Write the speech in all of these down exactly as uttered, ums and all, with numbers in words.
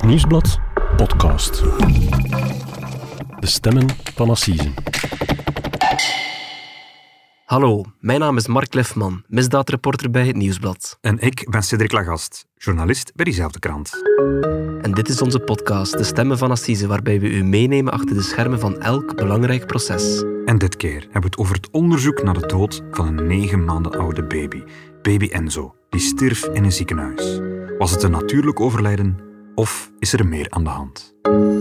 Het Nieuwsblad podcast. De stemmen van Assise. Hallo, mijn naam is Mark Lefman, misdaadreporter bij Het Nieuwsblad. En ik ben Cédric Lagast, journalist bij diezelfde krant. En dit is onze podcast, De Stemmen van Assise, waarbij we u meenemen achter de schermen van elk belangrijk proces. En dit keer hebben we het over het onderzoek naar de dood van een negen maanden oude baby. Baby Enzo, die stierf in een ziekenhuis. Was het een natuurlijk overlijden of is er meer aan de hand?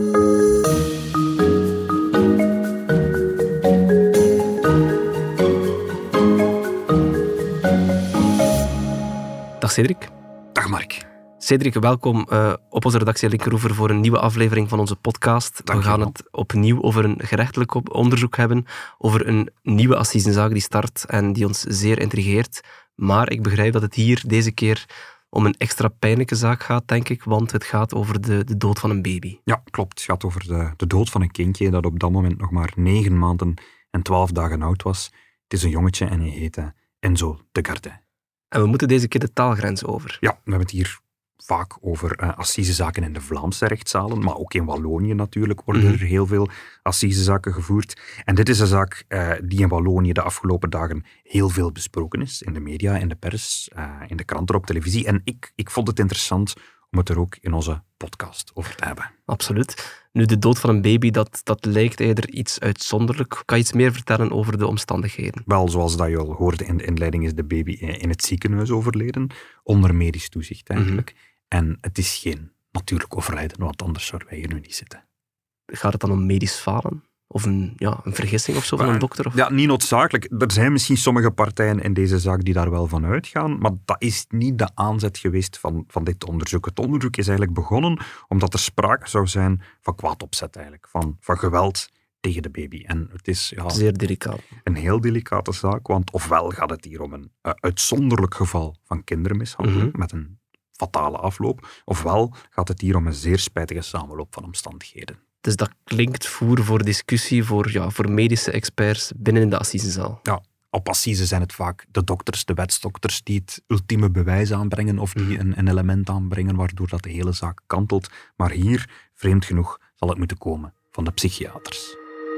Dag Cédric. Dag Mark. Cédric, welkom uh, op onze redactie Linkeroever voor een nieuwe aflevering van onze podcast. Dank we gaan je het opnieuw over een gerechtelijk op- onderzoek hebben, over een nieuwe assisenzaak die start en die ons zeer intrigeert. Maar ik begrijp dat het hier deze keer om een extra pijnlijke zaak gaat, denk ik, want het gaat over de, de dood van een baby. Ja, klopt. Het gaat over de, de dood van een kindje dat op dat moment nog maar negen maanden en twaalf dagen oud was. Het is een jongetje en hij heette Enzo de Gardin. En we moeten deze keer de taalgrens over. Ja, we hebben het hier vaak over uh, assisezaken in de Vlaamse rechtszalen, maar ook in Wallonië natuurlijk worden Mm-hmm. er heel veel assisezaken gevoerd. En dit is een zaak uh, die in Wallonië de afgelopen dagen heel veel besproken is, in de media, in de pers, uh, in de kranten, op televisie. En ik, ik vond het interessant om het er ook in onze podcast over te hebben. Absoluut. Nu, de dood van een baby, dat, dat lijkt eerder iets uitzonderlijk. Kan je iets meer vertellen over de omstandigheden? Wel, zoals dat je al hoorde in de inleiding, is de baby in het ziekenhuis overleden, onder medisch toezicht eigenlijk. Mm-hmm. En het is geen natuurlijk overlijden, want anders zouden wij hier nu niet zitten. Gaat het dan om medisch falen? Of een, ja, een vergissing of zo van een dokter? Of? Ja, niet noodzakelijk. Er zijn misschien sommige partijen in deze zaak die daar wel van uitgaan, maar dat is niet de aanzet geweest van, van dit onderzoek. Het onderzoek is eigenlijk begonnen omdat er sprake zou zijn van kwaad opzet eigenlijk, van, van geweld tegen de baby. En het is ja, zeer delicaat. Een heel delicate zaak, want ofwel gaat het hier om een uh, uitzonderlijk geval van kindermishandeling, mm-hmm. met een fatale afloop, ofwel gaat het hier om een zeer spijtige samenloop van omstandigheden. Dus dat klinkt voer voor discussie voor, ja, voor medische experts binnen in de assisezaal. Ja, op assise zijn het vaak de dokters, de wetsdokters, die het ultieme bewijs aanbrengen of die een, een element aanbrengen waardoor dat de hele zaak kantelt. Maar hier, vreemd genoeg, zal het moeten komen van de psychiaters.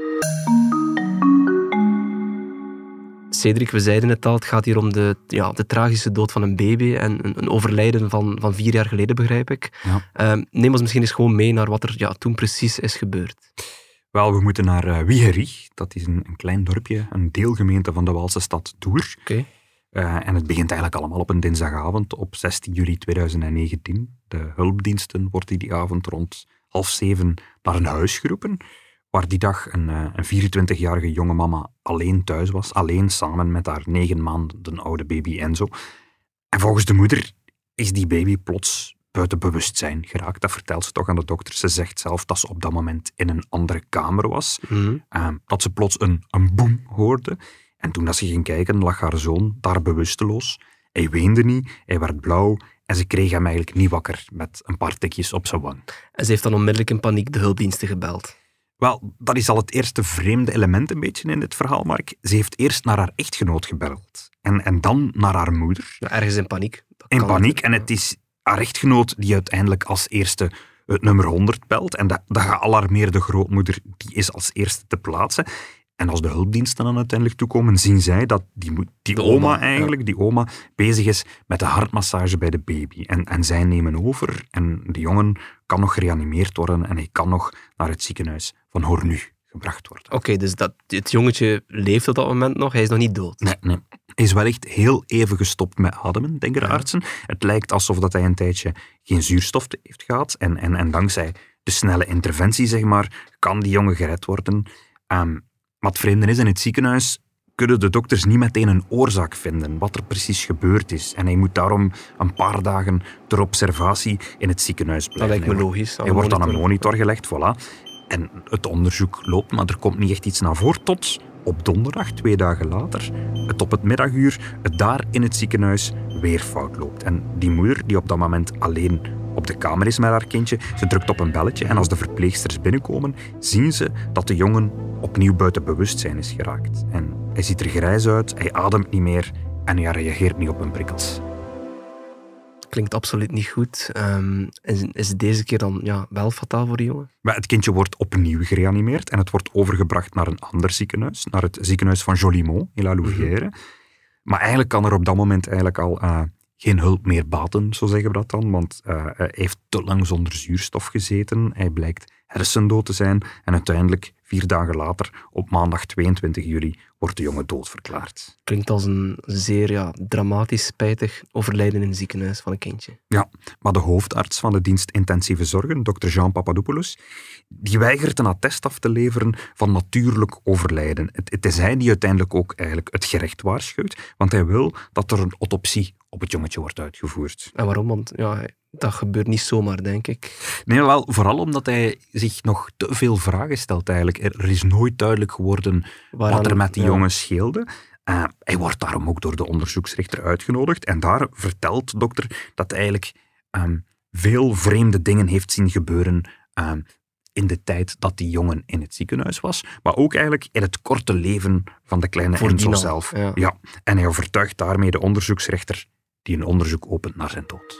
Cédric, we zeiden het al, het gaat hier om de, ja, de tragische dood van een baby en een, een overlijden van, van vier jaar geleden, begrijp ik. Ja. Uh, neem ons misschien eens gewoon mee naar wat er ja, toen precies is gebeurd. Wel, we moeten naar uh, Wiegerich. Dat is een, een klein dorpje, een deelgemeente van de Waalse stad Doer. Okay. Uh, en het begint eigenlijk allemaal op een dinsdagavond op zestien juli tweeduizend negentien. De hulpdiensten worden die avond rond half zeven naar een huis geroepen, waar die dag een, een vierentwintigjarige jonge mama alleen thuis was, alleen samen met haar negen maanden oude baby Enzo. En volgens de moeder is die baby plots buiten bewustzijn geraakt. Dat vertelt ze toch aan de dokter. Ze zegt zelf dat ze op dat moment in een andere kamer was, mm-hmm. uh, dat ze plots een, een boem hoorde. En toen dat ze ging kijken, lag haar zoon daar bewusteloos. Hij weende niet, hij werd blauw en ze kreeg hem eigenlijk niet wakker met een paar tikjes op zijn wang. En ze heeft dan onmiddellijk in paniek de hulpdiensten gebeld. Wel, dat is al het eerste vreemde element een beetje in dit verhaal, Mark. Ze heeft eerst naar haar echtgenoot gebeld. En, en dan naar haar moeder. Ja, ergens in paniek. Dat in kan paniek. natuurlijk. En het is haar echtgenoot die uiteindelijk als eerste het nummer honderd belt. En dat, dat gealarmeerde de grootmoeder, die is als eerste te plaatsen. En als de hulpdiensten dan uiteindelijk toekomen, zien zij dat die, die oma, oma eigenlijk, ja. die oma bezig is met de hartmassage bij de baby. En, en zij nemen over en de jongen kan nog gereanimeerd worden en hij kan nog naar het ziekenhuis van Hornu gebracht worden. Oké, okay, dus dat, het jongetje leeft op dat moment nog, hij is nog niet dood? Nee, nee. Hij is wellicht heel even gestopt met ademen, denken de artsen. Het lijkt alsof dat hij een tijdje geen zuurstof heeft gehad en, en, en dankzij de snelle interventie, zeg maar, kan die jongen gered worden. Um, Maar het vreemde is, in het ziekenhuis kunnen de dokters niet meteen een oorzaak vinden, wat er precies gebeurd is. En hij moet daarom een paar dagen ter observatie in het ziekenhuis blijven. Dat lijkt me logisch. Hij wordt aan een monitor gelegd, voilà. En het onderzoek loopt, maar er komt niet echt iets naar voren tot op donderdag, twee dagen later, het op het middaguur, het daar in het ziekenhuis weer fout loopt. En die moeder, die op dat moment alleen op de kamer is met haar kindje, ze drukt op een belletje en als de verpleegsters binnenkomen, zien ze dat de jongen opnieuw buiten bewustzijn is geraakt. En hij ziet er grijs uit, hij ademt niet meer en hij reageert niet op hun prikkels. klinkt absoluut niet goed. Um, is, is het deze keer dan ja, wel fataal voor die jongen? Maar het kindje wordt opnieuw gereanimeerd en het wordt overgebracht naar een ander ziekenhuis, naar het ziekenhuis van Jolimont in La Louvière. Mm-hmm. Maar eigenlijk kan er op dat moment eigenlijk al uh, geen hulp meer baten, zo zeggen we dat dan, want uh, hij heeft te lang zonder zuurstof gezeten. Hij blijkt hersendood te zijn en uiteindelijk, vier dagen later, op maandag tweeëntwintig juli, wordt de jongen doodverklaard. Klinkt als een zeer ja, dramatisch, spijtig overlijden in een ziekenhuis van een kindje. Ja, maar de hoofdarts van de dienst intensieve zorgen, dokter Jean Papadopoulos, die weigert een attest af te leveren van natuurlijk overlijden. Het, het is hij die uiteindelijk ook eigenlijk het gerecht waarschuwt, want hij wil dat er een autopsie op het jongetje wordt uitgevoerd. En waarom? Want ja, dat gebeurt niet zomaar, denk ik. Nee, wel, vooral omdat hij zich nog te veel vragen stelt eigenlijk. Er is nooit duidelijk geworden Waaraan, wat er met die ja. jongen scheelde. Uh, hij wordt daarom ook door de onderzoeksrechter uitgenodigd. En daar vertelt de dokter dat hij eigenlijk um, veel vreemde dingen heeft zien gebeuren um, in de tijd dat die jongen in het ziekenhuis was. Maar ook eigenlijk in het korte leven van de kleine Voor Enzo Dino, zelf. Ja. Ja. En hij overtuigt daarmee de onderzoeksrechter die een onderzoek opent naar zijn dood.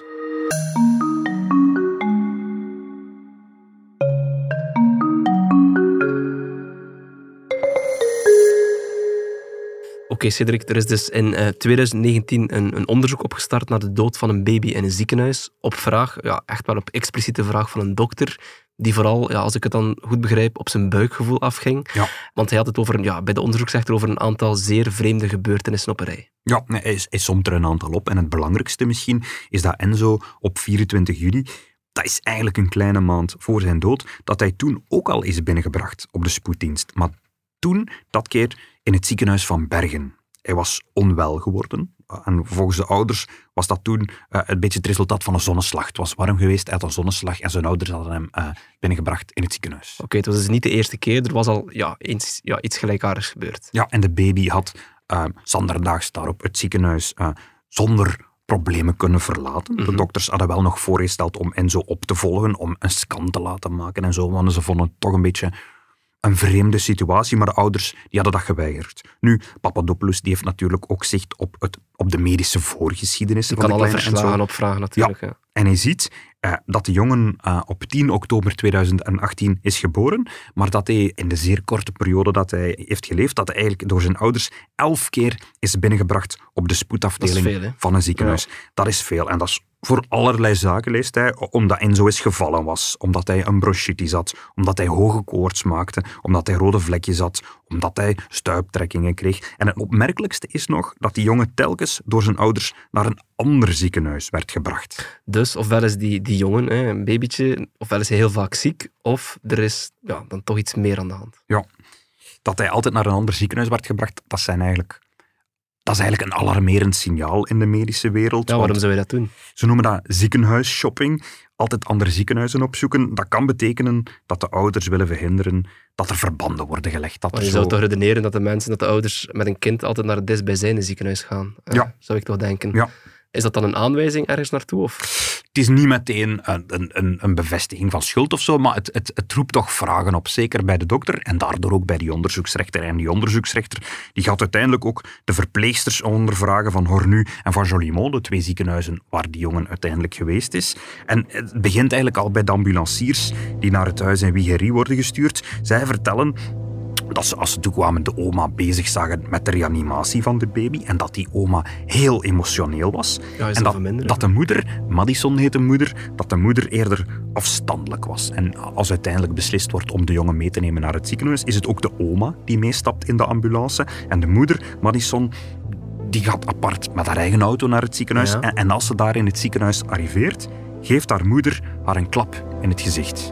Oké, okay, Cedric, er is dus in uh, twintig negentien een, een onderzoek opgestart naar de dood van een baby in een ziekenhuis. Op vraag, ja, echt wel op expliciete vraag van een dokter, die vooral, ja, als ik het dan goed begrijp, op zijn buikgevoel afging. Ja. Want hij had het over, ja, bij de onderzoeksrechter over een aantal zeer vreemde gebeurtenissen op een rij. Ja, hij, hij somt er een aantal op. En het belangrijkste misschien is dat Enzo op vierentwintig juli, dat is eigenlijk een kleine maand voor zijn dood, dat hij toen ook al is binnengebracht op de spoeddienst. Maar toen, dat keer, in het ziekenhuis van Bergen. Hij was onwel geworden. En volgens de ouders was dat toen uh, een beetje het resultaat van een zonneslag. Het was warm geweest, hij had een zonneslag en zijn ouders hadden hem uh, binnengebracht in het ziekenhuis. Oké, okay, het was dus niet de eerste keer. Er was al ja, eens, ja, iets gelijkaardigs gebeurd. Ja, en de baby had uh, zanderdaags daarop het ziekenhuis uh, zonder problemen kunnen verlaten. Mm-hmm. De dokters hadden wel nog voorgesteld om Enzo op te volgen, om een scan te laten maken en zo, want ze vonden het toch een beetje een vreemde situatie, maar de ouders die hadden dat geweigerd. Nu, Papadopoulos die heeft natuurlijk ook zicht op, het, op de medische voorgeschiedenis van de kleine Enzo. Je kan alle verslagen opvragen natuurlijk. Ja. Ja. En hij ziet uh, dat de jongen uh, op tien oktober tweeduizend achttien is geboren, maar dat hij in de zeer korte periode dat hij heeft geleefd, dat hij eigenlijk door zijn ouders elf keer is binnengebracht op de spoedafdeling veel, van een ziekenhuis. Ja. Dat is veel. En dat is voor allerlei zaken, leest hij, omdat Enzo eens gevallen was, omdat hij een bronchitis had, omdat hij hoge koorts maakte, omdat hij rode vlekjes had, omdat hij stuiptrekkingen kreeg. En het opmerkelijkste is nog dat die jongen telkens door zijn ouders naar een ander ziekenhuis werd gebracht. Dus ofwel is die, die jongen, hè, een babytje, ofwel is hij heel vaak ziek, of er is ja, dan toch iets meer aan de hand. Ja, dat hij altijd naar een ander ziekenhuis werd gebracht, dat zijn eigenlijk... Dat is eigenlijk een alarmerend signaal in de medische wereld. Ja, waarom zou je dat doen? Ze noemen dat ziekenhuisshopping. Altijd andere ziekenhuizen opzoeken. Dat kan betekenen dat de ouders willen verhinderen dat er verbanden worden gelegd. Dat maar je zo... zou toch redeneren dat de mensen, dat de ouders met een kind altijd naar het dichtstbijzijnde ziekenhuis gaan? Uh, ja. Zou ik toch denken. Ja. Is dat dan een aanwijzing ergens naartoe? Of? Het is niet meteen een, een, een bevestiging van schuld of zo, maar het, het, het roept toch vragen op. Zeker bij de dokter en daardoor ook bij die onderzoeksrechter. En die onderzoeksrechter die gaat uiteindelijk ook de verpleegsters ondervragen van Hornu en van Jolimont, de twee ziekenhuizen waar die jongen uiteindelijk geweest is. En het begint eigenlijk al bij de ambulanciers die naar het huis in Wigéry worden gestuurd. Zij vertellen dat ze als ze toekwamen de oma bezig zagen met de reanimatie van de baby en dat die oma heel emotioneel was. Ja, en dat, dat de moeder, Madison heet de moeder, dat de moeder eerder afstandelijk was. En als uiteindelijk beslist wordt om de jongen mee te nemen naar het ziekenhuis, is het ook de oma die meestapt in de ambulance. En de moeder, Madison, die gaat apart met haar eigen auto naar het ziekenhuis. Ja. En, en als ze daar in het ziekenhuis arriveert, geeft haar moeder haar een klap in het gezicht.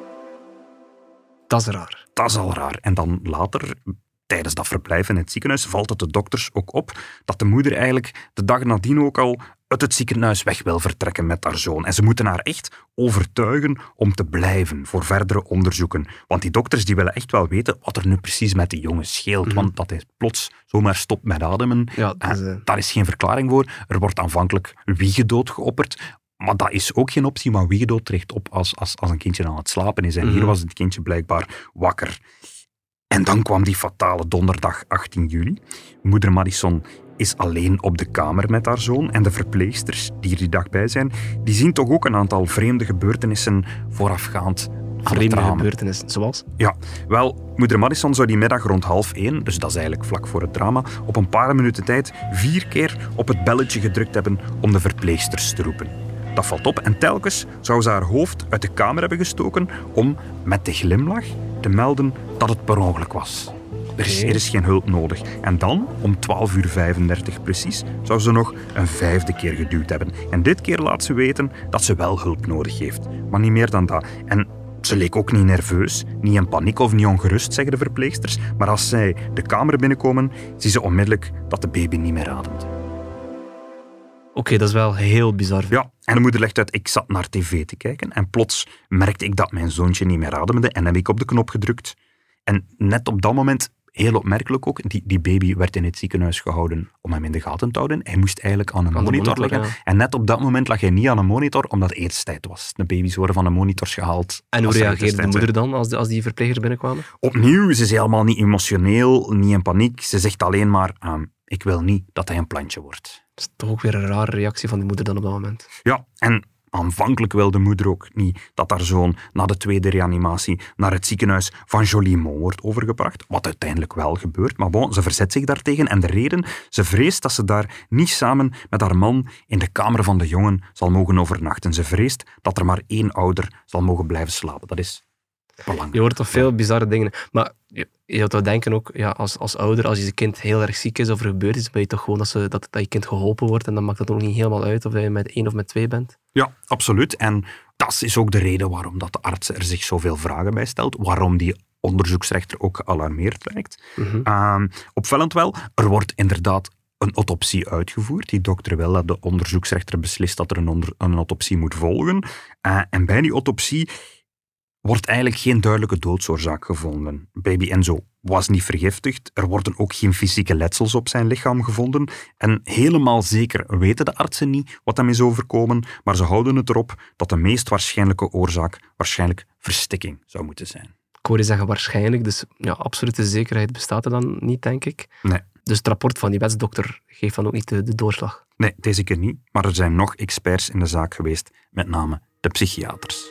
Dat is raar. Dat is al raar. En dan later, tijdens dat verblijf in het ziekenhuis, valt het de dokters ook op dat de moeder eigenlijk de dag nadien ook al uit het ziekenhuis weg wil vertrekken met haar zoon. En ze moeten haar echt overtuigen om te blijven voor verdere onderzoeken. Want die dokters die willen echt wel weten wat er nu precies met die jongen scheelt. Mm-hmm. Want dat hij plots zomaar stopt met ademen, ja, dus, uh... daar is geen verklaring voor. Er wordt aanvankelijk wiegedood geopperd. Maar dat is ook geen optie, maar wiegedood terecht op als, als, als een kindje aan het slapen is. En mm-hmm. hier was het kindje blijkbaar wakker. En dan kwam die fatale donderdag achttien juli. Moeder Madison is alleen op de kamer met haar zoon en de verpleegsters die er die dag bij zijn, die zien toch ook een aantal vreemde gebeurtenissen voorafgaand aan Vreemde het drama. gebeurtenissen, zoals? Ja, wel, moeder Madison zou die middag rond half één, dus dat is eigenlijk vlak voor het drama, op een paar minuten tijd vier keer op het belletje gedrukt hebben om de verpleegsters te roepen. Dat valt op en telkens zou ze haar hoofd uit de kamer hebben gestoken om met de glimlach te melden dat het per ongeluk was. Er is, er is geen hulp nodig. En dan, om twaalf uur vijfendertig precies, zou ze nog een vijfde keer geduwd hebben. En dit keer laat ze weten dat ze wel hulp nodig heeft. Maar niet meer dan dat. En ze leek ook niet nerveus, niet in paniek of niet ongerust, zeggen de verpleegsters. Maar als zij de kamer binnenkomen, zien ze onmiddellijk dat de baby niet meer ademt. Oké, okay, dat is wel heel bizar. Ja, en de moeder legt uit, ik zat naar tv te kijken en plots merkte ik dat mijn zoontje niet meer ademde en heb ik op de knop gedrukt. En net op dat moment, heel opmerkelijk ook, die, die baby werd in het ziekenhuis gehouden om hem in de gaten te houden. Hij moest eigenlijk aan een aan monitor, monitor liggen. Ja. En net op dat moment lag hij niet aan een monitor, omdat het eetstijd was. De baby's worden van de monitors gehaald. En hoe reageerde de moeder dan? dan als, de, als die verplegers binnenkwamen? Opnieuw, ze is helemaal niet emotioneel, niet in paniek. Ze zegt alleen maar, uh, ik wil niet dat hij een plantje wordt. Dat is toch ook weer een rare reactie van die moeder dan op dat moment. Ja, en aanvankelijk wil de moeder ook niet dat haar zoon na de tweede reanimatie naar het ziekenhuis van Jolimont wordt overgebracht, wat uiteindelijk wel gebeurt. Maar bon, ze verzet zich daartegen en de reden, ze vreest dat ze daar niet samen met haar man in de kamer van de jongen zal mogen overnachten. Ze vreest dat er maar één ouder zal mogen blijven slapen. Dat is belangrijk. Je hoort toch veel bizarre dingen. Maar je, je zou toch denken ook, ja, als, als ouder, als je kind heel erg ziek is of er gebeurd is, ben je toch gewoon dat, ze, dat, dat je kind geholpen wordt en dan maakt het ook niet helemaal uit of je met één of met twee bent. Ja, absoluut. En dat is ook de reden waarom dat de arts er zich zoveel vragen bij stelt. Waarom die onderzoeksrechter ook gealarmeerd lijkt. Mm-hmm. Uh, opvallend wel, er wordt inderdaad een autopsie uitgevoerd. Die dokter wil dat de onderzoeksrechter beslist dat er een, onder, een autopsie moet volgen. Uh, en bij die autopsie wordt eigenlijk geen duidelijke doodsoorzaak gevonden. Baby Enzo was niet vergiftigd. Er worden ook geen fysieke letsels op zijn lichaam gevonden. En helemaal zeker weten de artsen niet wat hem is overkomen, maar ze houden het erop dat de meest waarschijnlijke oorzaak waarschijnlijk verstikking zou moeten zijn. Ik hoor je zeggen waarschijnlijk, dus ja, absolute zekerheid bestaat er dan niet, denk ik. Nee. Dus het rapport van die wetsdokter geeft dan ook niet de, de doorslag? Nee, deze keer niet. Maar er zijn nog experts in de zaak geweest, met name de psychiaters.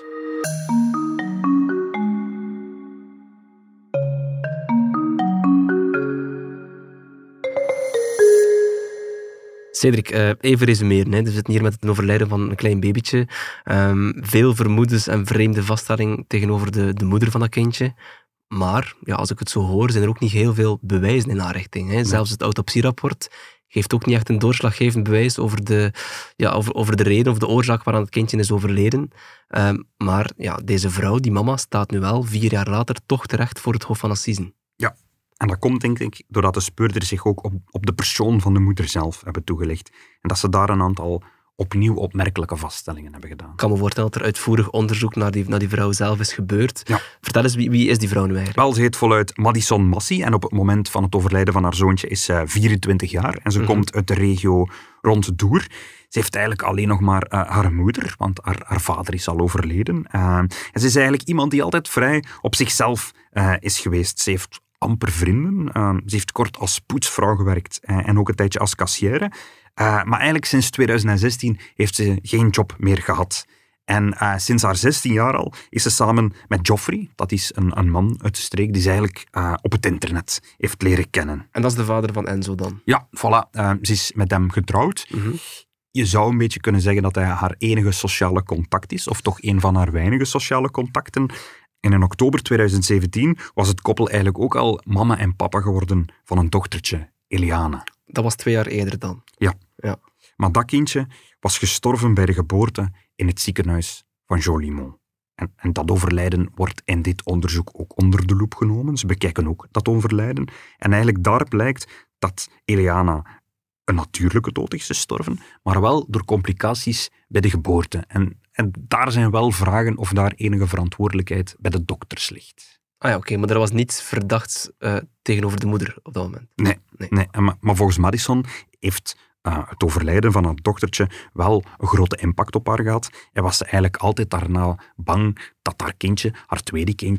Cedric, uh, even resumeren. Hè. We zitten hier met het overlijden van een klein babytje. Um, veel vermoedens en vreemde vaststelling tegenover de, de moeder van dat kindje. Maar, ja, als ik het zo hoor, zijn er ook niet heel veel bewijzen in haar richting. Hè. Zelfs het autopsierapport geeft ook niet echt een doorslaggevend bewijs over de, ja, over, over de reden of de oorzaak waaraan het kindje is overleden. Um, maar ja, deze vrouw, die mama, staat nu wel vier jaar later toch terecht voor het Hof van Assisen. Ja. En dat komt, denk ik, doordat de speurders zich ook op, op de persoon van de moeder zelf hebben toegelegd. En dat ze daar een aantal opnieuw opmerkelijke vaststellingen hebben gedaan. Ik kan me voorstellen dat er uitvoerig onderzoek naar die, naar die vrouw zelf is gebeurd. Ja. Vertel eens, wie, wie is die vrouw nu eigenlijk? Wel, ze heet voluit Madison Massey en op het moment van het overlijden van haar zoontje is ze vierentwintig jaar en ze mm-hmm. komt uit de regio rond Doer. Ze heeft eigenlijk alleen nog maar uh, haar moeder, want haar, haar vader is al overleden. Uh, en ze is eigenlijk iemand die altijd vrij op zichzelf uh, is geweest. Ze heeft amper vrienden. Uh, ze heeft kort als poetsvrouw gewerkt uh, en ook een tijdje als kassière. Uh, maar eigenlijk sinds twintig zestien heeft ze geen job meer gehad. En uh, sinds haar zestien jaar al is ze samen met Geoffrey, dat is een, een man uit de streek, die ze eigenlijk uh, op het internet heeft leren kennen. En dat is de vader van Enzo dan? Ja, voilà. Uh, ze is met hem getrouwd. Mm-hmm. Je zou een beetje kunnen zeggen dat hij haar enige sociale contact is, of toch een van haar weinige sociale contacten. En in oktober twintig zeventien was het koppel eigenlijk ook al mama en papa geworden van een dochtertje, Eliana. Dat was twee jaar eerder dan? Ja. ja. Maar dat kindje was gestorven bij de geboorte in het ziekenhuis van Jolimont. En, en dat overlijden wordt in dit onderzoek ook onder de loep genomen. Ze bekijken ook dat overlijden. En eigenlijk daar blijkt dat Eliana een natuurlijke dood is gestorven, maar wel door complicaties bij de geboorte. En, en daar zijn wel vragen of daar enige verantwoordelijkheid bij de dokters ligt. Ah ja, oké, okay, maar er was niets verdachts uh, tegenover de moeder op dat moment? Nee, nee. nee maar, maar volgens Madison heeft uh, het overlijden van haar dochtertje wel een grote impact op haar gehad. En was ze eigenlijk altijd daarna bang dat haar kindje, haar tweede kindje,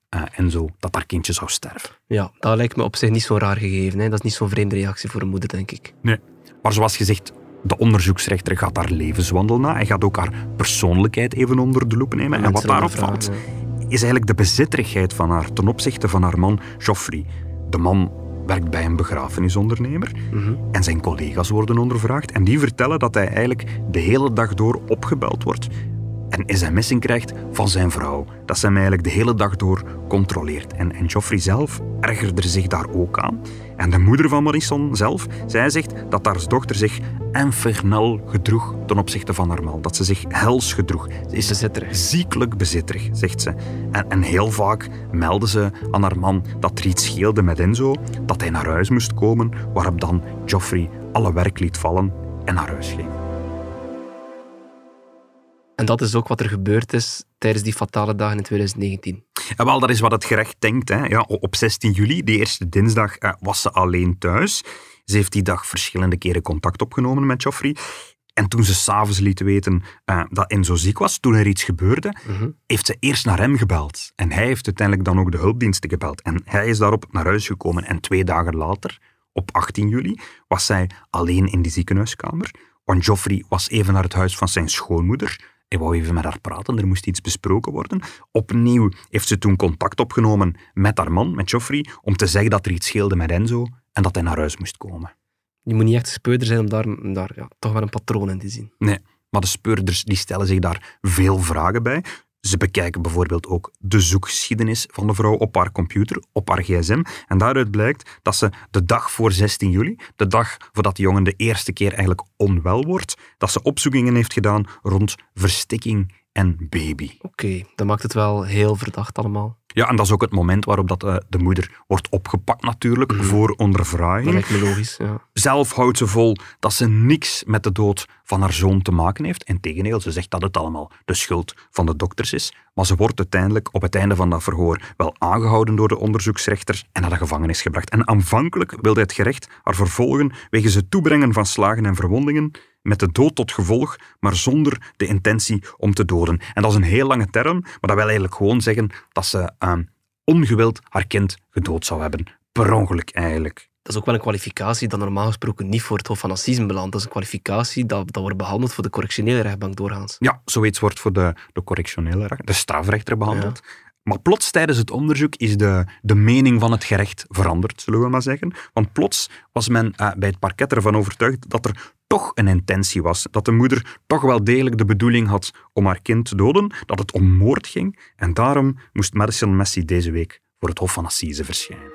uh, Enzo, dat haar kindje zou sterven. Ja, dat lijkt me op zich niet zo'n raar gegeven. Hè. Dat is niet zo'n vreemde reactie voor een moeder, denk ik. Nee, maar zoals gezegd, de onderzoeksrechter gaat haar levenswandel na. Hij gaat ook haar persoonlijkheid even onder de loep nemen. En, en wat daarop valt, ja. is eigenlijk de bezitterigheid van haar ten opzichte van haar man Geoffrey. De man werkt bij een begrafenisondernemer mm-hmm. en zijn collega's worden ondervraagd. En die vertellen dat hij eigenlijk de hele dag door opgebeld wordt en sms'en krijgt van zijn vrouw. Dat ze hem eigenlijk de hele dag door controleert. En, en Geoffrey zelf ergerde zich daar ook aan. En de moeder van Marisson zelf, zij zegt dat haar dochter zich infernal gedroeg ten opzichte van haar man. Dat ze zich hels gedroeg. Ze is bezitterig. Ziekelijk bezitterig, zegt ze. En, en heel vaak meldde ze aan haar man dat er iets scheelde met Enzo, dat hij naar huis moest komen, waarop dan Geoffrey alle werk liet vallen en naar huis ging. En dat is ook wat er gebeurd is tijdens die fatale dagen in twintig negentien. En wel, dat is wat het gerecht denkt. Hè. Ja, op zestien juli, die eerste dinsdag, eh, was ze alleen thuis. Ze heeft die dag verschillende keren contact opgenomen met Geoffrey. En toen ze s'avonds liet weten uh, dat Enzo ziek was, toen er iets gebeurde, mm-hmm. heeft ze eerst naar hem gebeld. En hij heeft uiteindelijk dan ook de hulpdiensten gebeld. En hij is daarop naar huis gekomen. En twee dagen later, op achttien juli, was zij alleen in die ziekenhuiskamer. Want Geoffrey was even naar het huis van zijn schoonmoeder. Hij wou even met haar praten, er moest iets besproken worden. Opnieuw heeft ze toen contact opgenomen met haar man, met Geoffrey, om te zeggen dat er iets scheelde met Enzo en dat hij naar huis moest komen. Je moet niet echt speurder zijn om daar, om daar ja, toch wel een patroon in te zien. Nee, maar de speurders die stellen zich daar veel vragen bij. Ze bekijken bijvoorbeeld ook de zoekgeschiedenis van de vrouw op haar computer, op haar gsm. En daaruit blijkt dat ze de dag voor zestien juli, de dag voordat de jongen de eerste keer eigenlijk onwel wordt, dat ze opzoekingen heeft gedaan rond verstikking en baby. Oké, okay, dat maakt het wel heel verdacht allemaal. Ja, en dat is ook het moment waarop dat, uh, de moeder wordt opgepakt natuurlijk, mm. voor ondervraging. Dat lijkt me logisch, ja. Zelf houdt ze vol dat ze niks met de dood van haar zoon te maken heeft. Integendeel, ze zegt dat het allemaal de schuld van de dokters is. Maar ze wordt uiteindelijk op het einde van dat verhoor wel aangehouden door de onderzoeksrechter en naar de gevangenis gebracht. En aanvankelijk wilde het gerecht haar vervolgen wegens het toebrengen van slagen en verwondingen, met de dood tot gevolg, maar zonder de intentie om te doden. En dat is een heel lange term, maar dat wil eigenlijk gewoon zeggen dat ze uh, ongewild haar kind gedood zou hebben. Per ongeluk eigenlijk. Dat is ook wel een kwalificatie dat normaal gesproken niet voor het Hof van Assisen belandt. Dat is een kwalificatie dat, dat wordt behandeld voor de correctionele rechtbank doorgaans. Ja, zoiets wordt voor de, de correctionele recht, de strafrechter behandeld. Ja. Maar plots tijdens het onderzoek is de, de mening van het gerecht veranderd, zullen we maar zeggen. Want plots was men uh, bij het parket ervan overtuigd dat er toch een intentie was. Dat de moeder toch wel degelijk de bedoeling had om haar kind te doden, dat het om moord ging. En daarom moest Madison Massey deze week voor het Hof van Assise verschijnen.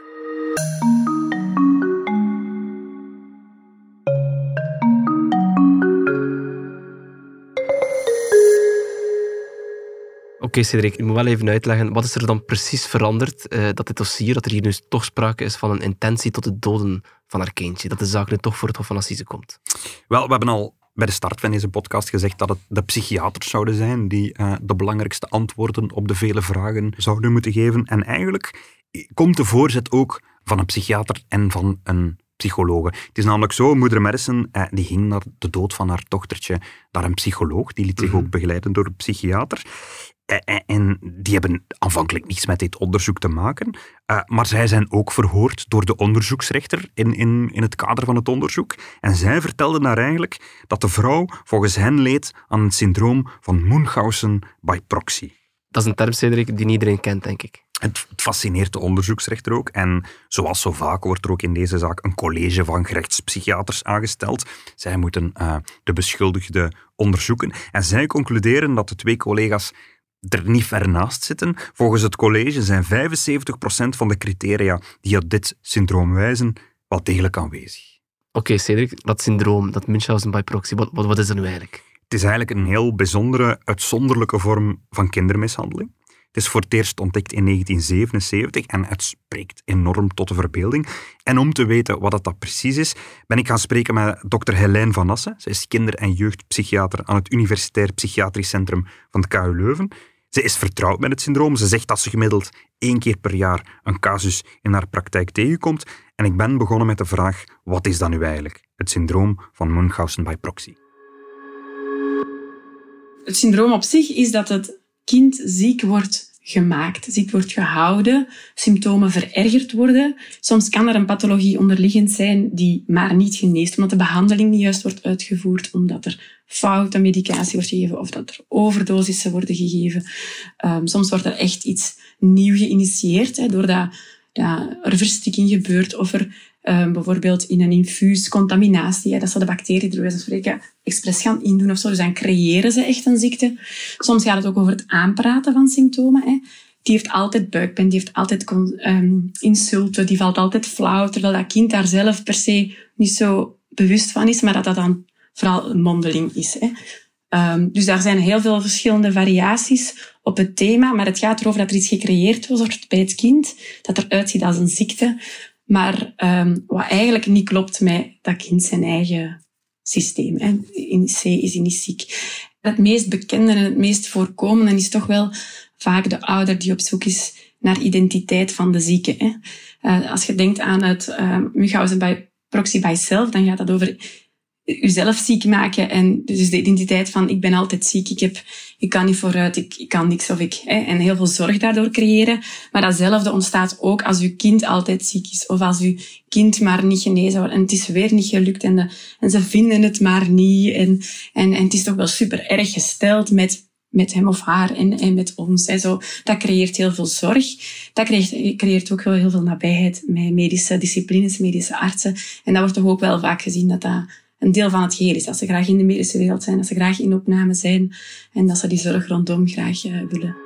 Oké, okay, Cedric, ik moet wel even uitleggen. Wat is er dan precies veranderd uh, dat dit dossier, dat er hier nu toch sprake is van een intentie tot het doden van haar kindje? Dat de zaak nu toch voor het Hof van Assise komt? Wel, we hebben al bij de start van deze podcast gezegd dat het de psychiaters zouden zijn die uh, de belangrijkste antwoorden op de vele vragen zouden moeten geven. En eigenlijk komt de voorzet ook van een psychiater en van een psychologe. Het is namelijk zo, moeder Madison eh, die ging naar de dood van haar dochtertje naar een psycholoog. Die liet zich mm-hmm. ook begeleiden door een psychiater. En, en die hebben aanvankelijk niets met dit onderzoek te maken. Uh, maar zij zijn ook verhoord door de onderzoeksrechter in, in, in het kader van het onderzoek. En zij vertelden haar eigenlijk dat de vrouw volgens hen leed aan het syndroom van Munchausen by proxy. Dat is een term, Cedric, die iedereen kent, denk ik. Het fascineert de onderzoeksrechter ook. En zoals zo vaak wordt er ook in deze zaak een college van gerechtspsychiaters aangesteld. Zij moeten uh, de beschuldigde onderzoeken. En zij concluderen dat de twee collega's er niet ver naast zitten. Volgens het college zijn vijfenzeventig procent van de criteria die op dit syndroom wijzen wel degelijk aanwezig. Oké, okay, Cedric, dat syndroom, dat Munchausen by proxy, wat, wat, wat is dat nu eigenlijk? Het is eigenlijk een heel bijzondere, uitzonderlijke vorm van kindermishandeling. Het is voor het eerst ontdekt in negentien zevenenzeventig en het spreekt enorm tot de verbeelding. En om te weten wat dat precies is, ben ik gaan spreken met dokter Helijn van Assen. Zij is kinder- en jeugdpsychiater aan het Universitair Psychiatrisch Centrum van de K U Leuven. Ze is vertrouwd met het syndroom. Ze zegt dat ze gemiddeld één keer per jaar een casus in haar praktijk tegenkomt. En ik ben begonnen met de vraag, wat is dat nu eigenlijk? Het syndroom van Munchausen by proxy. Het syndroom op zich is dat het kind ziek wordt gemaakt, ziek wordt gehouden, symptomen verergerd worden. Soms kan er een pathologie onderliggend zijn die maar niet geneest, omdat de behandeling niet juist wordt uitgevoerd, omdat er foute medicatie wordt gegeven of dat er overdosissen worden gegeven. Um, soms wordt er echt iets nieuw geïnitieerd, hè, doordat dat er verstikking gebeurt of er um, bijvoorbeeld in een infuus contaminatie, hè, dat ze de bacteriën er bij wijze van spreken expres gaan indoen of zo. Dus dan creëren ze echt een ziekte. Soms gaat het ook over het aanpraten van symptomen. Hè. Die heeft altijd buikpijn, die heeft altijd um, insulten, die valt altijd flauw, terwijl dat kind daar zelf per se niet zo bewust van is, maar dat dat dan vooral een mondeling is. Hè. Um, dus daar zijn heel veel verschillende variaties op het thema, maar het gaat erover dat er iets gecreëerd wordt bij het kind, dat er uitziet als een ziekte, maar um, wat eigenlijk niet klopt met dat kind zijn eigen systeem. Hè. In C is hij niet ziek. Het meest bekende en het meest voorkomende is toch wel vaak de ouder die op zoek is naar identiteit van de zieke. Hè. Uh, als je denkt aan het uh, Münchhausen by proxy by self, dan gaat dat over jezelf ziek maken en dus de identiteit van ik ben altijd ziek, ik, heb, ik kan niet vooruit, ik, ik kan niks of ik... Hè, en heel veel zorg daardoor creëren. Maar datzelfde ontstaat ook als je kind altijd ziek is of als je kind maar niet genezen wordt en het is weer niet gelukt en, de, en ze vinden het maar niet en, en, en het is toch wel super erg gesteld met, met hem of haar en, en met ons. Hè, zo. Dat creëert heel veel zorg. Dat creëert, creëert ook wel heel veel nabijheid met medische disciplines, medische artsen. En dat wordt toch ook wel vaak gezien dat dat een deel van het geheel is. Dat ze graag in de medische wereld zijn, dat ze graag in opname zijn en dat ze die zorg rondom graag uh, willen.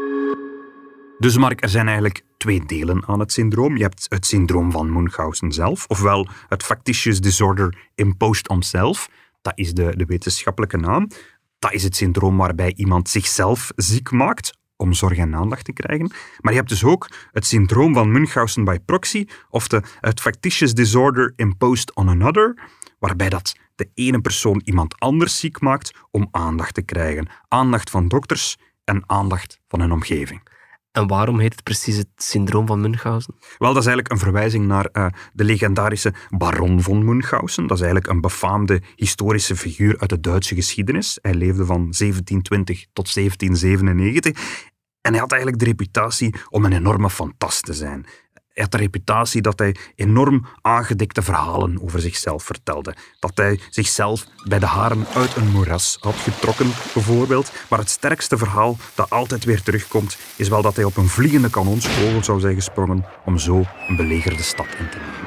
Dus Mark, er zijn eigenlijk twee delen aan het syndroom. Je hebt het syndroom van Münchhausen zelf, ofwel het factitious disorder imposed on self. Dat is de, de wetenschappelijke naam. Dat is het syndroom waarbij iemand zichzelf ziek maakt om zorg en aandacht te krijgen. Maar je hebt dus ook het syndroom van Münchhausen by proxy, of de, het factitious disorder imposed on another, waarbij dat de ene persoon iemand anders ziek maakt om aandacht te krijgen. Aandacht van dokters en aandacht van hun omgeving. En waarom heet het precies het syndroom van Münchhausen? Wel, dat is eigenlijk een verwijzing naar uh, de legendarische baron von Münchhausen. Dat is eigenlijk een befaamde historische figuur uit de Duitse geschiedenis. Hij leefde van zeventien twintig tot zeventien zevenennegentig. En hij had eigenlijk de reputatie om een enorme fantast te zijn. Hij had de reputatie dat hij enorm aangedikte verhalen over zichzelf vertelde. Dat hij zichzelf bij de haren uit een moeras had getrokken, bijvoorbeeld. Maar het sterkste verhaal dat altijd weer terugkomt, is wel dat hij op een vliegende kanonskogel zou zijn gesprongen om zo een belegerde stad in te nemen.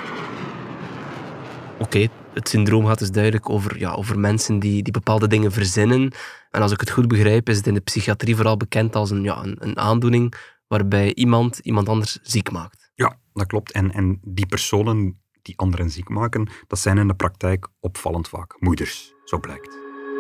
Oké, okay, het syndroom gaat dus duidelijk over, ja, over mensen die, die bepaalde dingen verzinnen. En als ik het goed begrijp, is het in de psychiatrie vooral bekend als een, ja, een, een aandoening waarbij iemand iemand anders ziek maakt. Ja, dat klopt. En, en die personen die anderen ziek maken, dat zijn in de praktijk opvallend vaak moeders, zo blijkt.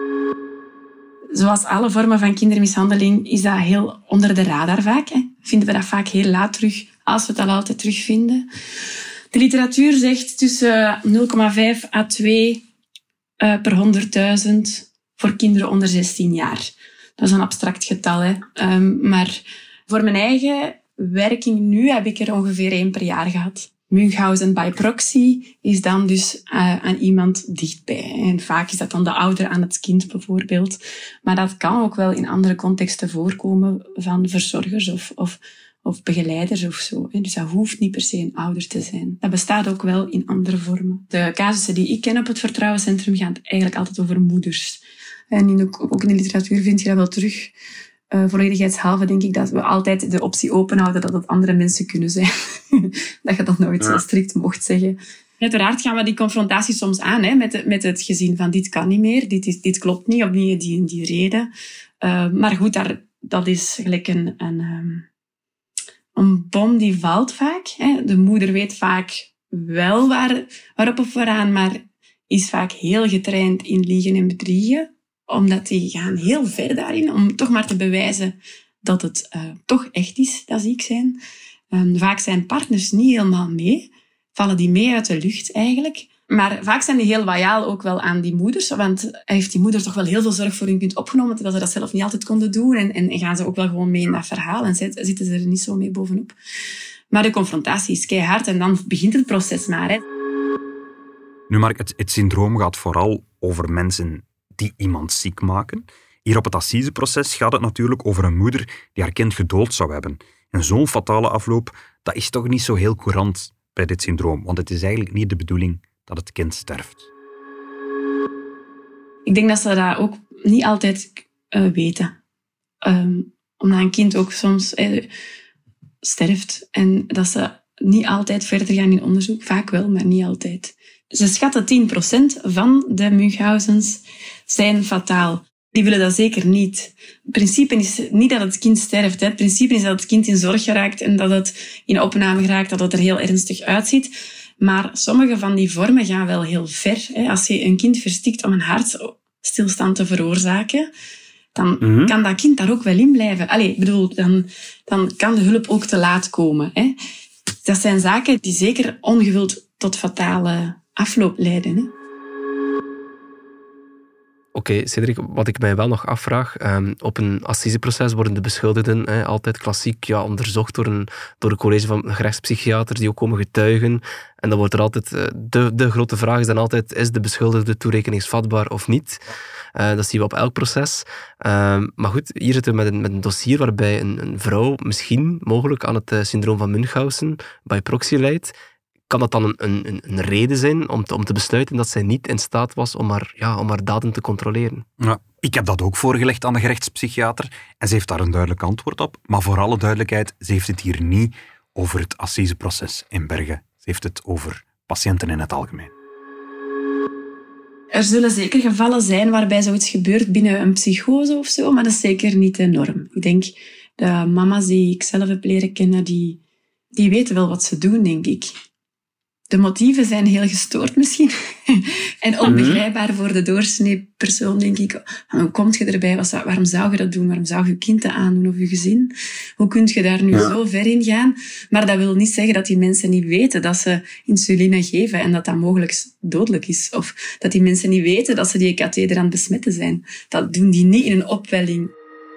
Zoals alle vormen van kindermishandeling is dat heel onder de radar vaak. Hè. Vinden we dat vaak heel laat terug, als we het al altijd terugvinden. De literatuur zegt tussen nul komma vijf à twee uh, per honderdduizend voor kinderen onder zestien jaar. Dat is een abstract getal, hè. Um, maar voor mijn eigen werking nu heb ik er ongeveer één per jaar gehad. Münchhausen by proxy is dan dus uh, aan iemand dichtbij. En vaak is dat dan de ouder aan het kind bijvoorbeeld. Maar dat kan ook wel in andere contexten voorkomen van verzorgers of, of, of begeleiders of zo. Dus dat hoeft niet per se een ouder te zijn. Dat bestaat ook wel in andere vormen. De casussen die ik ken op het Vertrouwenscentrum gaan eigenlijk altijd over moeders. En in de, ook in de literatuur vind je dat wel terug. Uh, volledigheidshalve denk ik dat we altijd de optie openhouden dat het andere mensen kunnen zijn. Dat je dat nooit ja. zo strikt mocht zeggen. Uiteraard gaan we die confrontatie soms aan, hè, met, de, met het gezin van dit kan niet meer, dit, is, dit klopt niet, op die, die, die reden. Uh, maar goed, daar, dat is gelijk een, een, um, een bom die valt vaak. Hè. De moeder weet vaak wel waar, waarop of waaraan, maar is vaak heel getraind in liegen en bedriegen. Omdat die gaan heel ver daarin, om toch maar te bewijzen dat het uh, toch echt is, dat ziek zijn. Um, vaak zijn partners niet helemaal mee. Vallen die mee uit de lucht eigenlijk. Maar vaak zijn die heel loyaal ook wel aan die moeders. Want heeft die moeder toch wel heel veel zorg voor hun kind opgenomen, terwijl ze dat zelf niet altijd konden doen. En, en gaan ze ook wel gewoon mee in dat verhaal. En zitten ze er niet zo mee bovenop. Maar de confrontatie is keihard en dan begint het proces maar. Hè. Nu Mark, het, het syndroom gaat vooral over mensen die iemand ziek maken. Hier op het assiseproces gaat het natuurlijk over een moeder die haar kind gedood zou hebben. En zo'n fatale afloop, dat is toch niet zo heel courant bij dit syndroom, want het is eigenlijk niet de bedoeling dat het kind sterft. Ik denk dat ze dat ook niet altijd uh, weten. Um, omdat een kind ook soms eh, sterft en dat ze niet altijd verder gaan in onderzoek. Vaak wel, maar niet altijd. Ze schatten tien procent van de Munchausen's zijn fataal. Die willen dat zeker niet. Het principe is niet dat het kind sterft. Hè. Het principe is dat het kind in zorg geraakt en dat het in opname geraakt, dat het er heel ernstig uitziet. Maar sommige van die vormen gaan wel heel ver. Hè. Als je een kind verstikt om een hartstilstand te veroorzaken, dan mm-hmm. kan dat kind daar ook wel in blijven. Allee, ik bedoel, dan, dan kan de hulp ook te laat komen. Hè. Dat zijn zaken die zeker ongewild tot fatale afloop leiden. Hè. Oké, okay, Cedric, wat ik mij wel nog afvraag, um, op een assiseproces worden de beschuldigden eh, altijd klassiek ja, onderzocht door een, door een college van gerechtspsychiaters die ook komen getuigen. En dan wordt er altijd, uh, de, de grote vraag is dan altijd, is de beschuldigde toerekeningsvatbaar of niet? Uh, dat zien we op elk proces. Uh, maar goed, hier zitten we met een, met een dossier waarbij een, een vrouw misschien mogelijk aan het uh, syndroom van Munchausen bij proxy lijdt. Kan dat dan een, een, een reden zijn om te, om te besluiten dat zij niet in staat was om haar, ja, om haar daden te controleren? Ja, ik heb dat ook voorgelegd aan de gerechtspsychiater en ze heeft daar een duidelijk antwoord op. Maar voor alle duidelijkheid, ze heeft het hier niet over het assiseproces in Bergen. Ze heeft het over patiënten in het algemeen. Er zullen zeker gevallen zijn waarbij zoiets gebeurt binnen een psychose of zo, maar dat is zeker niet de norm. Ik denk, de mama's die ik zelf heb leren kennen, die, die weten wel wat ze doen, denk ik. De motieven zijn heel gestoord misschien. En onbegrijpbaar voor de doorsnee persoon, denk ik. Hoe kom je erbij? Wat zou, waarom zou je dat doen? Waarom zou je je kind dat aandoen of je gezin? Hoe kun je daar nu ja. zo ver in gaan? Maar dat wil niet zeggen dat die mensen niet weten dat ze insuline geven en dat dat mogelijk dodelijk is. Of dat die mensen niet weten dat ze die katheder aan het besmetten zijn. Dat doen die niet in een opwelling.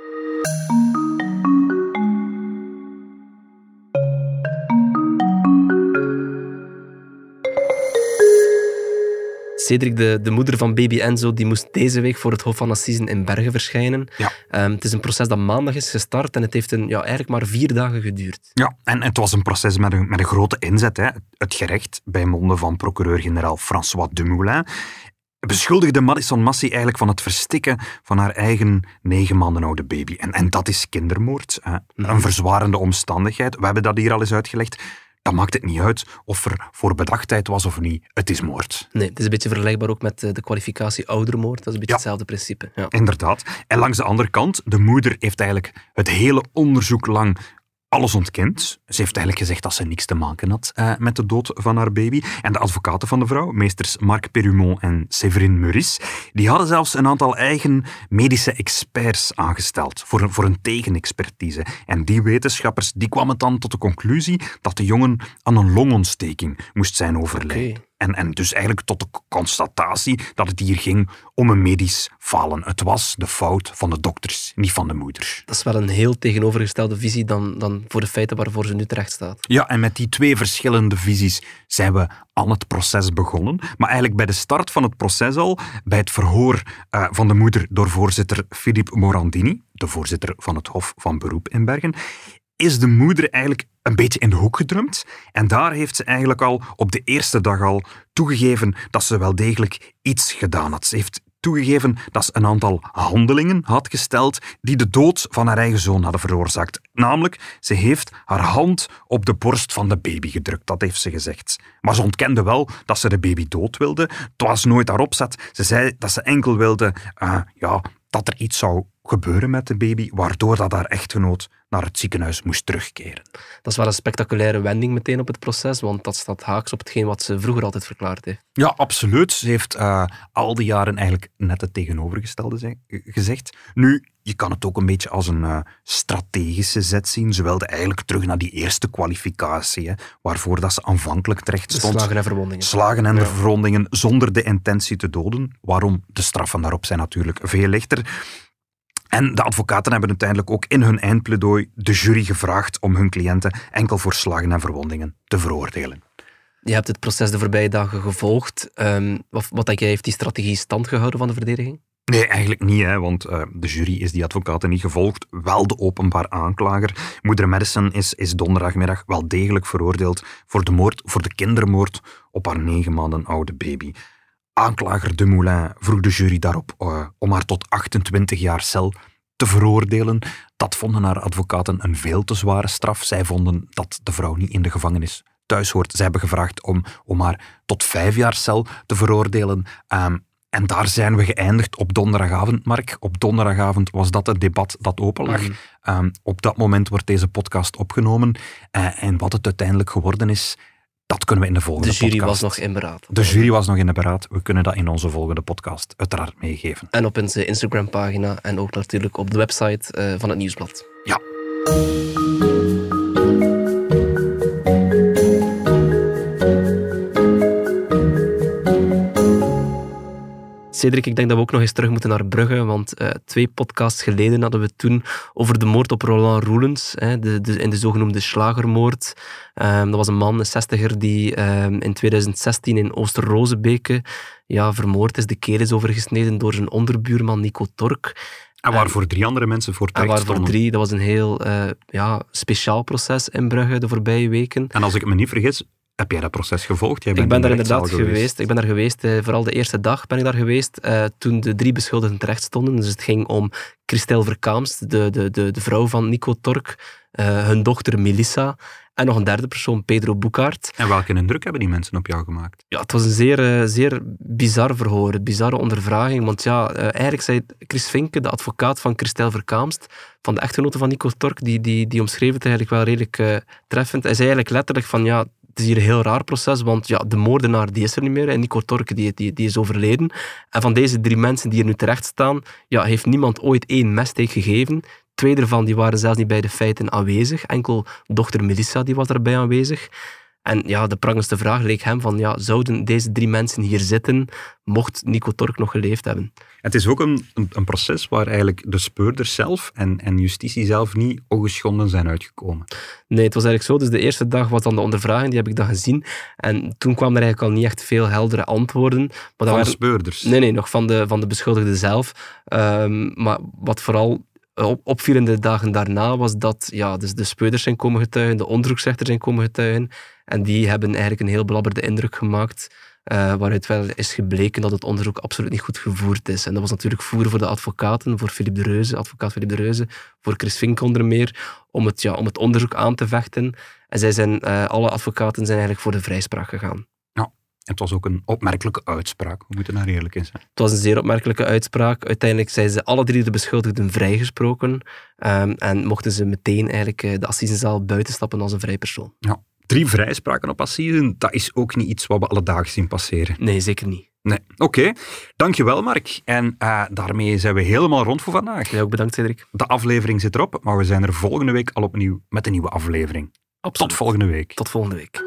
Cedric, de, de moeder van baby Enzo, die moest deze week voor het Hof van Assisen in Bergen verschijnen. Ja. Um, het is een proces dat maandag is gestart en het heeft een, ja, eigenlijk maar vier dagen geduurd. Ja, en het was een proces met een, met een grote inzet. Hè. Het gerecht, bij monden van procureur-generaal François Demoulin, beschuldigde Madison Massey eigenlijk van het verstikken van haar eigen negen maanden oude baby. En, en dat is kindermoord. Hè. Mm-hmm. Een verzwarende omstandigheid. We hebben dat hier al eens uitgelegd. Dan maakt het niet uit of er voor bedachtheid was of niet. Het is moord. Nee, het is een beetje vergelijkbaar ook met de kwalificatie oudermoord. Dat is een beetje ja, hetzelfde principe. Ja. Inderdaad. En langs de andere kant, de moeder heeft eigenlijk het hele onderzoek lang alles ontkend. Ze heeft eigenlijk gezegd dat ze niks te maken had uh, met de dood van haar baby. En de advocaten van de vrouw, meesters Marc Perumon en Séverine Meurice, die hadden zelfs een aantal eigen medische experts aangesteld voor een, voor een tegenexpertise. En die wetenschappers die kwamen dan tot de conclusie dat de jongen aan een longontsteking moest zijn overleden. Okay. En, en dus eigenlijk tot de constatatie dat het hier ging om een medisch falen. Het was de fout van de dokters, niet van de moeder. Dat is wel een heel tegenovergestelde visie dan, dan voor de feiten waarvoor ze nu terecht staat. Ja, en met die twee verschillende visies zijn we aan het proces begonnen. Maar eigenlijk bij de start van het proces al, bij het verhoor uh, van de moeder door voorzitter Philippe Morandini, de voorzitter van het Hof van Beroep in Bergen, is de moeder eigenlijk een beetje in de hoek gedrumd. En daar heeft ze eigenlijk al op de eerste dag al toegegeven dat ze wel degelijk iets gedaan had. Ze heeft toegegeven dat ze een aantal handelingen had gesteld die de dood van haar eigen zoon hadden veroorzaakt. Namelijk, ze heeft haar hand op de borst van de baby gedrukt. Dat heeft ze gezegd. Maar ze ontkende wel dat ze de baby dood wilde. Het was nooit haar opzet. Ze zei dat ze enkel wilde uh, ja, dat er iets zou gebeuren met de baby, waardoor dat haar echtgenoot naar het ziekenhuis moest terugkeren. Dat is wel een spectaculaire wending meteen op het proces, want dat staat haaks op hetgeen wat ze vroeger altijd verklaard heeft. Ja, absoluut. Ze heeft uh, al die jaren eigenlijk net het tegenovergestelde ze- gezegd. Nu, je kan het ook een beetje als een uh, strategische zet zien. Ze wilde eigenlijk terug naar die eerste kwalificatie, hè, waarvoor dat ze aanvankelijk terecht stond. Slagen en verwondingen. Slagen en ja. verwondingen zonder de intentie te doden. Waarom? De straffen daarop zijn natuurlijk veel lichter. En de advocaten hebben uiteindelijk ook in hun eindpleidooi de jury gevraagd om hun cliënten enkel voor slagen en verwondingen te veroordelen. Je hebt het proces de voorbije dagen gevolgd. Um, wat, wat denk jij, heeft die strategie stand gehouden van de verdediging? Nee, eigenlijk niet, hè, want uh, de jury is die advocaten niet gevolgd. Wel de openbaar aanklager. Moeder Madison is, is donderdagmiddag wel degelijk veroordeeld voor de moord, voor de kindermoord op haar negen maanden oude baby. Aanklager Dumoulin vroeg de jury daarop uh, om haar tot achtentwintig jaar cel te veroordelen. Dat vonden haar advocaten een veel te zware straf. Zij vonden dat de vrouw niet in de gevangenis thuis hoort. Zij hebben gevraagd om, om haar tot vijf jaar cel te veroordelen. Um, en daar zijn we geëindigd op donderdagavond, Mark. Op donderdagavond was dat het debat dat open lag. Mm. Um, op dat moment wordt deze podcast opgenonomen. Uh, en wat het uiteindelijk geworden is, dat kunnen we in de volgende podcast. De jury podcast. was nog in beraad. De jury was nog in de beraad. We kunnen dat in onze volgende podcast uiteraard meegeven. En op onze Instagram-pagina en ook natuurlijk op de website uh, van het Nieuwsblad. Ja. Cedric, ik denk dat we ook nog eens terug moeten naar Brugge, want uh, twee podcasts geleden hadden we het toen over de moord op Roland Roelens, hè, de, de, in de zogenoemde slagermoord. Um, dat was een man, een zestiger, die um, in tweeduizend zestien in Oosterrozebeke ja, vermoord is. De keel is overgesneden door zijn onderbuurman Nico Torck. En waarvoor drie andere mensen voor terecht stonden. En waarvoor drie, dat was een heel uh, ja, speciaal proces in Brugge de voorbije weken. En als ik me niet vergis, heb jij dat proces gevolgd? Jij bent ik ben daar inderdaad geweest. geweest. Ik ben daar geweest, uh, vooral de eerste dag ben ik daar geweest, uh, toen de drie beschuldigden terecht stonden. Dus het ging om Christelle Verkaamst, de, de, de, de vrouw van Nico Torck, uh, hun dochter Melissa en nog een derde persoon, Pedro Boekhart. En welke indruk hebben die mensen op jou gemaakt? Ja, het was een zeer, uh, zeer bizar verhoor, een bizarre ondervraging. Want ja, uh, eigenlijk zei Chris Vinke, de advocaat van Christelle Verkaamst, van de echtgenote van Nico Torck, die, die, die omschreef het eigenlijk wel redelijk uh, treffend. Hij zei eigenlijk letterlijk van ja, het is hier een heel raar proces, want ja, de moordenaar die is er niet meer en Nico Torck die, die, die is overleden. En van deze drie mensen die er nu terecht staan, ja, heeft niemand ooit één messteek gegeven. Twee ervan die waren zelfs niet bij de feiten aanwezig. Enkel dochter Melissa die was daarbij aanwezig. En ja, de prangendste vraag leek hem van, ja, zouden deze drie mensen hier zitten, mocht Nico Torck nog geleefd hebben? Het is ook een, een, een proces waar eigenlijk de speurders zelf en, en justitie zelf niet ongeschonden zijn uitgekomen. Nee, het was eigenlijk zo. Dus de eerste dag was dan de ondervraging, die heb ik dan gezien. En toen kwamen er eigenlijk al niet echt veel heldere antwoorden. Maar van waren, de speurders? Nee, nee, nog van de, van de beschuldigden zelf. Um, maar wat vooral opvallende dagen daarna was dat ja, dus de speurders zijn komen getuigen, de onderzoeksrechters zijn komen getuigen. En die hebben eigenlijk een heel belabberde indruk gemaakt, uh, waaruit wel is gebleken dat het onderzoek absoluut niet goed gevoerd is. En dat was natuurlijk voer voor de advocaten, voor Philippe de Reuze, advocaat Philippe de Reuze, voor Chris Vinke onder meer, om het, ja, om het onderzoek aan te vechten. En zij zijn, uh, alle advocaten zijn eigenlijk voor de vrijspraak gegaan. Het was ook een opmerkelijke uitspraak. We moeten daar eerlijk in zijn. Het was een zeer opmerkelijke uitspraak. Uiteindelijk zijn ze alle drie de beschuldigden vrijgesproken. Um, en mochten ze meteen eigenlijk de assisezaal buitenstappen als een vrij persoon. Ja, drie vrijspraken op assisen, dat is ook niet iets wat we alledaags zien passeren. Nee, zeker niet. Nee. Oké, okay. Dankjewel Mark. En uh, daarmee zijn we helemaal rond voor vandaag. Jij ook bedankt, Cedric. De aflevering zit erop, maar we zijn er volgende week al opnieuw met een nieuwe aflevering. Absoluut. Tot volgende week. Tot volgende week.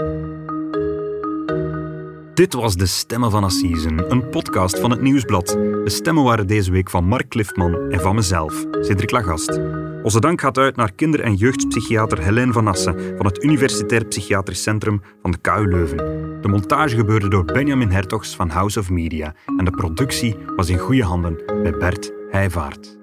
Dit was De Stemmen van Assisen, een podcast van het Nieuwsblad. De stemmen waren deze week van Mark Cliffman en van mezelf, Cedric Lagast. Onze dank gaat uit naar kinder- en jeugdpsychiater Helene van Assen van het Universitair Psychiatrisch Centrum van de K U Leuven. De montage gebeurde door Benjamin Hertogs van House of Media en de productie was in goede handen bij Bert Heijvaart.